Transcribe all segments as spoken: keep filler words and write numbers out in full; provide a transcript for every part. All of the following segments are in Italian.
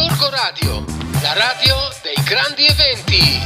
Gorgo Radio, la radio dei grandi eventi.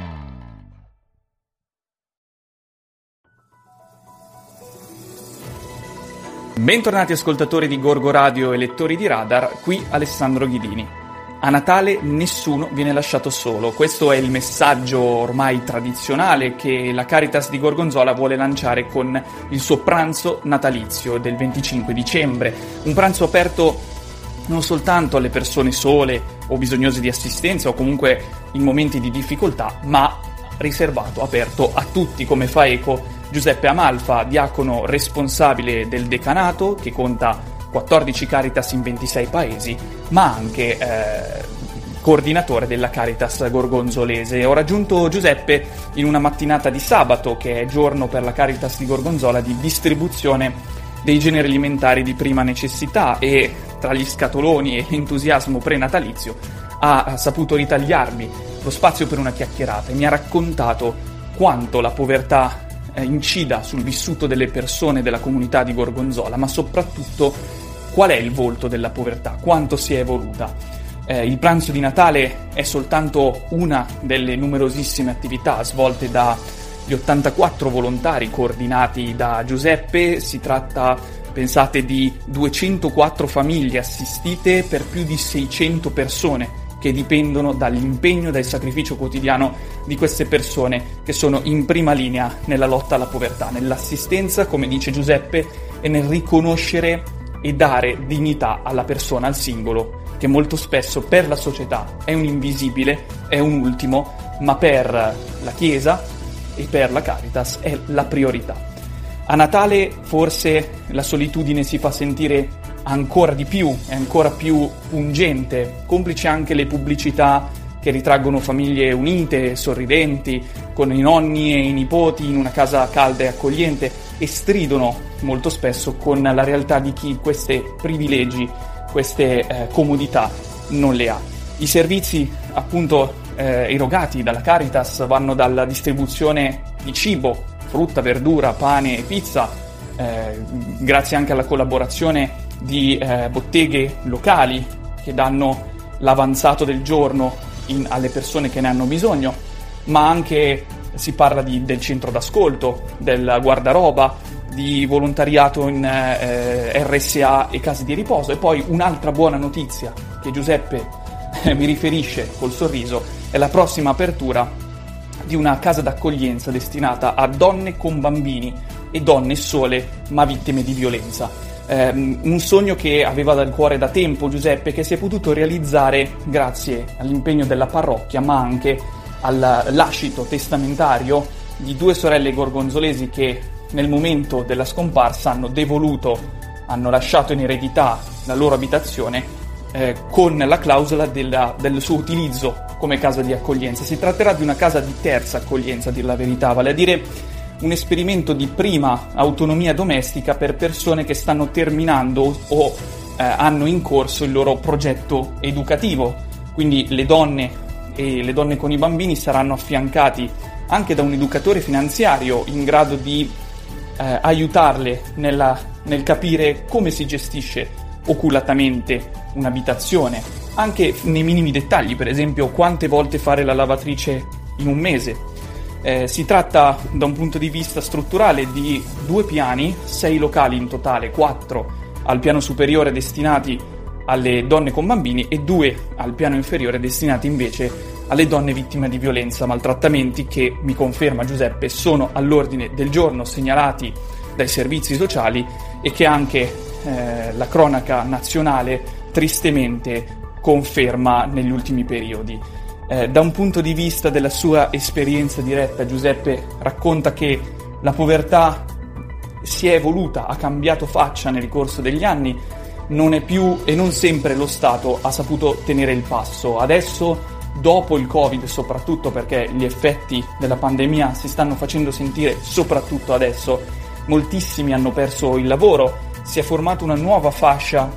Bentornati ascoltatori di Gorgo Radio e lettori di Radar, qui Alessandro Ghidini. A Natale nessuno viene lasciato solo, questo è il messaggio ormai tradizionale che la Caritas di Gorgonzola vuole lanciare con il suo pranzo natalizio del venticinque dicembre, un pranzo aperto non soltanto alle persone sole o bisognose di assistenza o comunque in momenti di difficoltà, ma riservato, aperto a tutti, come fa eco Giuseppe Amalfa, diacono responsabile del decanato che conta quattordici Caritas in ventisei paesi, ma anche eh, coordinatore della Caritas gorgonzolese. Ho raggiunto Giuseppe in una mattinata di sabato, che è giorno per la Caritas di Gorgonzola di distribuzione dei generi alimentari di prima necessità, e tra gli scatoloni e entusiasmo prenatalizio ha saputo ritagliarmi lo spazio per una chiacchierata e mi ha raccontato quanto la povertà eh, incida sul vissuto delle persone della comunità di Gorgonzola, ma soprattutto qual è il volto della povertà, quanto si è evoluta. Eh, il pranzo di Natale è soltanto una delle numerosissime attività svolte dagli ottantaquattro volontari coordinati da Giuseppe. Si tratta, pensate, di duecentoquattro famiglie assistite per più di seicento persone che dipendono dall'impegno e dal sacrificio quotidiano di queste persone che sono in prima linea nella lotta alla povertà, nell'assistenza, come dice Giuseppe, e nel riconoscere e dare dignità alla persona, al singolo, che molto spesso per la società è un invisibile, è un ultimo, ma per la Chiesa e per la Caritas è la priorità. A Natale forse la solitudine si fa sentire ancora di più, è ancora più pungente, complice anche le pubblicità che ritraggono famiglie unite, sorridenti, con i nonni e i nipoti in una casa calda e accogliente, e stridono molto spesso con la realtà di chi questi privilegi, queste eh, comodità non le ha. I servizi appunto eh, erogati dalla Caritas vanno dalla distribuzione di cibo, frutta, verdura, pane e pizza, eh, grazie anche alla collaborazione di eh, botteghe locali che danno l'avanzato del giorno in, alle persone che ne hanno bisogno, ma anche si parla di, del centro d'ascolto, del guardaroba, di volontariato in eh, R S A e case di riposo. E poi un'altra buona notizia che Giuseppe eh, mi riferisce col sorriso è la prossima apertura di una casa d'accoglienza destinata a donne con bambini e donne sole ma vittime di violenza. Eh, un sogno che aveva dal cuore da tempo Giuseppe, che si è potuto realizzare grazie all'impegno della parrocchia, ma anche al lascito testamentario di due sorelle gorgonzolesi che nel momento della scomparsa hanno devoluto, hanno lasciato in eredità la loro abitazione eh, con la clausola della, del suo utilizzo come casa di accoglienza. Si tratterà di una casa di terza accoglienza, a dir la verità, vale a dire un esperimento di prima autonomia domestica per persone che stanno terminando o eh, hanno in corso il loro progetto educativo. Quindi le donne e le donne con i bambini saranno affiancati anche da un educatore finanziario in grado di eh, aiutarle nella, nel capire come si gestisce oculatamente un'abitazione, anche nei minimi dettagli, per esempio quante volte fare la lavatrice in un mese. Eh, si tratta da un punto di vista strutturale di due piani, sei locali in totale, quattro al piano superiore destinati alle donne con bambini e due al piano inferiore destinati invece alle donne vittime di violenza, maltrattamenti che, mi conferma Giuseppe, sono all'ordine del giorno, segnalati dai servizi sociali e che anche eh, la cronaca nazionale tristemente conferma negli ultimi periodi. Eh, da un punto di vista della sua esperienza diretta, Giuseppe racconta che la povertà si è evoluta, ha cambiato faccia nel corso degli anni, non è più e non sempre lo Stato ha saputo tenere il passo. Adesso, dopo il Covid, soprattutto perché gli effetti della pandemia si stanno facendo sentire soprattutto adesso, moltissimi hanno perso il lavoro, si è formata una nuova fascia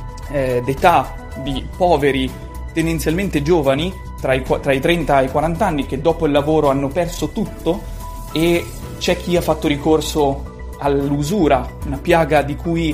eh, d'età di poveri tendenzialmente giovani, tra i, tra i trenta e i quaranta anni, che dopo il lavoro hanno perso tutto, e c'è chi ha fatto ricorso all'usura, una piaga di cui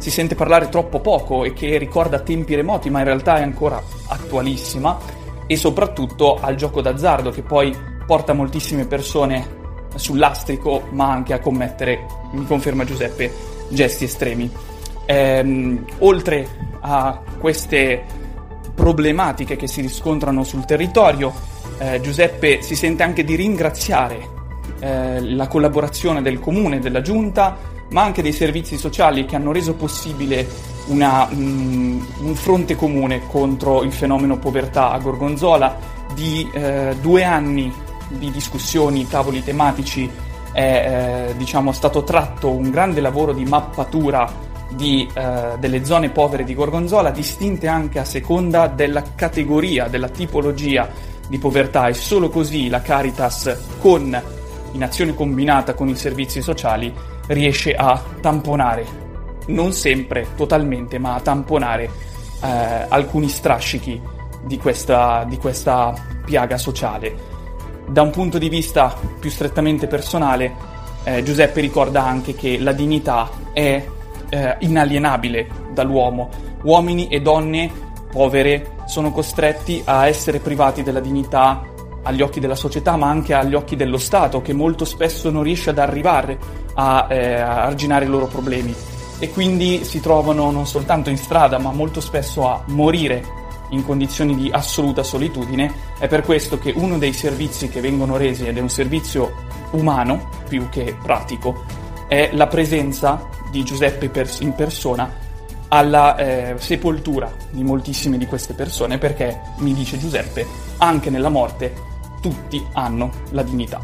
si sente parlare troppo poco e che ricorda tempi remoti, ma in realtà è ancora attualissima, e soprattutto al gioco d'azzardo, che poi porta moltissime persone sul lastrico, ma anche a commettere, mi conferma Giuseppe, gesti estremi. Ehm, oltre a queste problematiche che si riscontrano sul territorio, eh, Giuseppe si sente anche di ringraziare eh, la collaborazione del comune, della giunta, ma anche dei servizi sociali che hanno reso possibile una, um, un fronte comune contro il fenomeno povertà a Gorgonzola. Di eh, due anni di discussioni, tavoli tematici, è eh, diciamo, stato tratto un grande lavoro di mappatura di, eh, delle zone povere di Gorgonzola, distinte anche a seconda della categoria, della tipologia di povertà, e solo così la Caritas, con, in azione combinata con i servizi sociali, riesce a tamponare, non sempre totalmente, ma a tamponare eh, alcuni strascichi di questa, di questa piaga sociale. Da un punto di vista più strettamente personale, eh, Giuseppe ricorda anche che la dignità è eh, inalienabile dall'uomo. Uomini e donne povere sono costretti a essere privati della dignità agli occhi della società, ma anche agli occhi dello Stato, che molto spesso non riesce ad arrivare a, eh, a arginare i loro problemi, e quindi si trovano non soltanto in strada, ma molto spesso a morire in condizioni di assoluta solitudine. È per questo che uno dei servizi che vengono resi, ed è un servizio umano più che pratico, è la presenza di Giuseppe in persona alla eh, sepoltura di moltissime di queste persone, perché, mi dice Giuseppe, anche nella morte tutti hanno la dignità.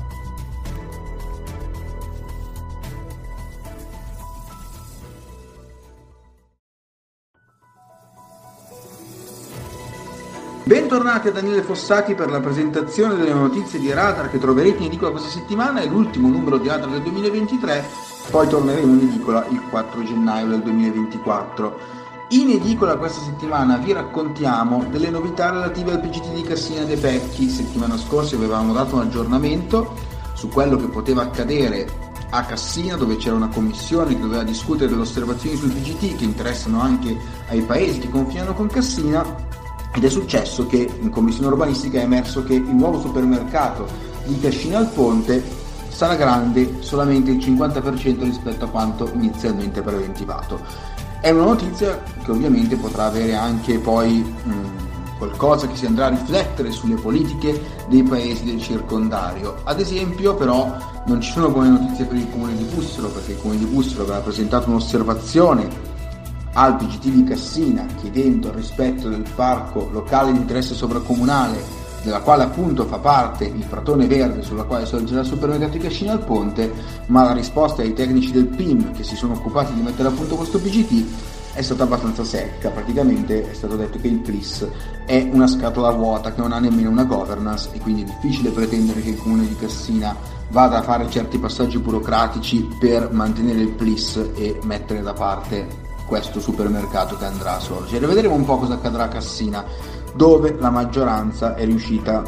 Bentornati a Daniele Fossati per la presentazione delle notizie di Radar che troverete in edicola questa settimana. È l'ultimo numero di Radar del duemilaventitré, poi torneremo in edicola il quattro gennaio del duemilaventiquattro. In edicola questa settimana vi raccontiamo delle novità relative al P G T di Cassina de' Pecchi. Settimana scorsa avevamo dato un aggiornamento su quello che poteva accadere a Cassina, dove c'era una commissione che doveva discutere delle osservazioni sul P G T che interessano anche ai paesi che confinano con Cassina. Ed è successo che in commissione urbanistica è emerso che il nuovo supermercato di Cascina al Ponte sarà grande solamente il cinquanta per cento rispetto a quanto inizialmente preventivato. È una notizia che ovviamente potrà avere anche poi mh, qualcosa che si andrà a riflettere sulle politiche dei paesi del circondario. Ad esempio, però, non ci sono buone notizie per il comune di Bussolo, perché il comune di Bussolo aveva presentato un'osservazione al P G T di Cassina chiedendo il rispetto del parco locale di interesse sovracomunale, della quale appunto fa parte il Pratone Verde sulla quale sorgerà il supermercato di Cascina al Ponte, ma la risposta ai tecnici del P I M che si sono occupati di mettere a punto questo P G T è stata abbastanza secca. Praticamente è stato detto che il P L I S è una scatola vuota che non ha nemmeno una governance, e quindi è difficile pretendere che il comune di Cassina vada a fare certi passaggi burocratici per mantenere il P L I S e mettere da parte questo supermercato che andrà a sorgere. Vedremo un po' cosa accadrà a Cassina, dove la maggioranza è riuscita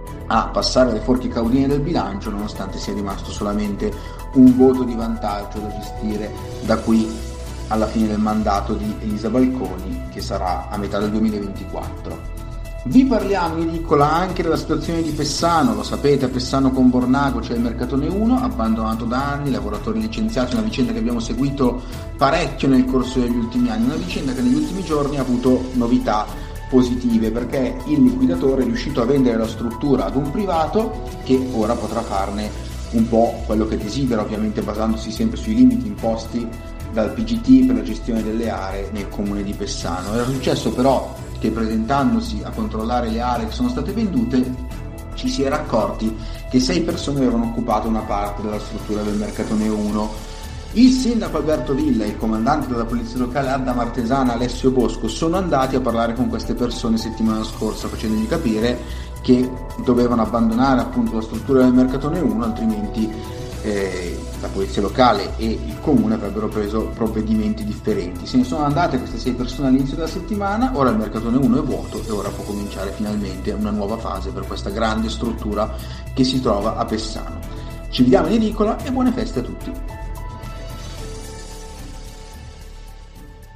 a passare le forche caudine del bilancio, nonostante sia rimasto solamente un voto di vantaggio da gestire da qui alla fine del mandato di Elisa Balconi, che sarà a metà del duemilaventiquattro. Vi parliamo in edicola anche della situazione di Pessano. Lo sapete, a Pessano con Bornago c'è il Mercatone uno, abbandonato da anni, lavoratori licenziati, una vicenda che abbiamo seguito parecchio nel corso degli ultimi anni, una vicenda che negli ultimi giorni ha avuto novità positive, perché il liquidatore è riuscito a vendere la struttura ad un privato che ora potrà farne un po' quello che desidera, ovviamente basandosi sempre sui limiti imposti dal P G T per la gestione delle aree nel comune di Pessano. Era successo però che, presentandosi a controllare le aree che sono state vendute, ci si era accorti che sei persone avevano occupato una parte della struttura del Mercatone uno. Il sindaco Alberto Villa e il comandante della polizia locale Adda Martesana Alessio Bosco sono andati a parlare con queste persone settimana scorsa, facendogli capire che dovevano abbandonare appunto la struttura del Mercatone uno, altrimenti eh, la polizia locale e il comune avrebbero preso provvedimenti differenti. Se ne sono andate queste sei persone all'inizio della settimana, ora il Mercatone uno è vuoto e ora può cominciare finalmente una nuova fase per questa grande struttura che si trova a Pessano. Ci vediamo in edicola e buone feste a tutti!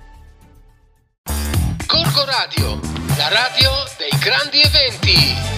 radio dei grandi eventi.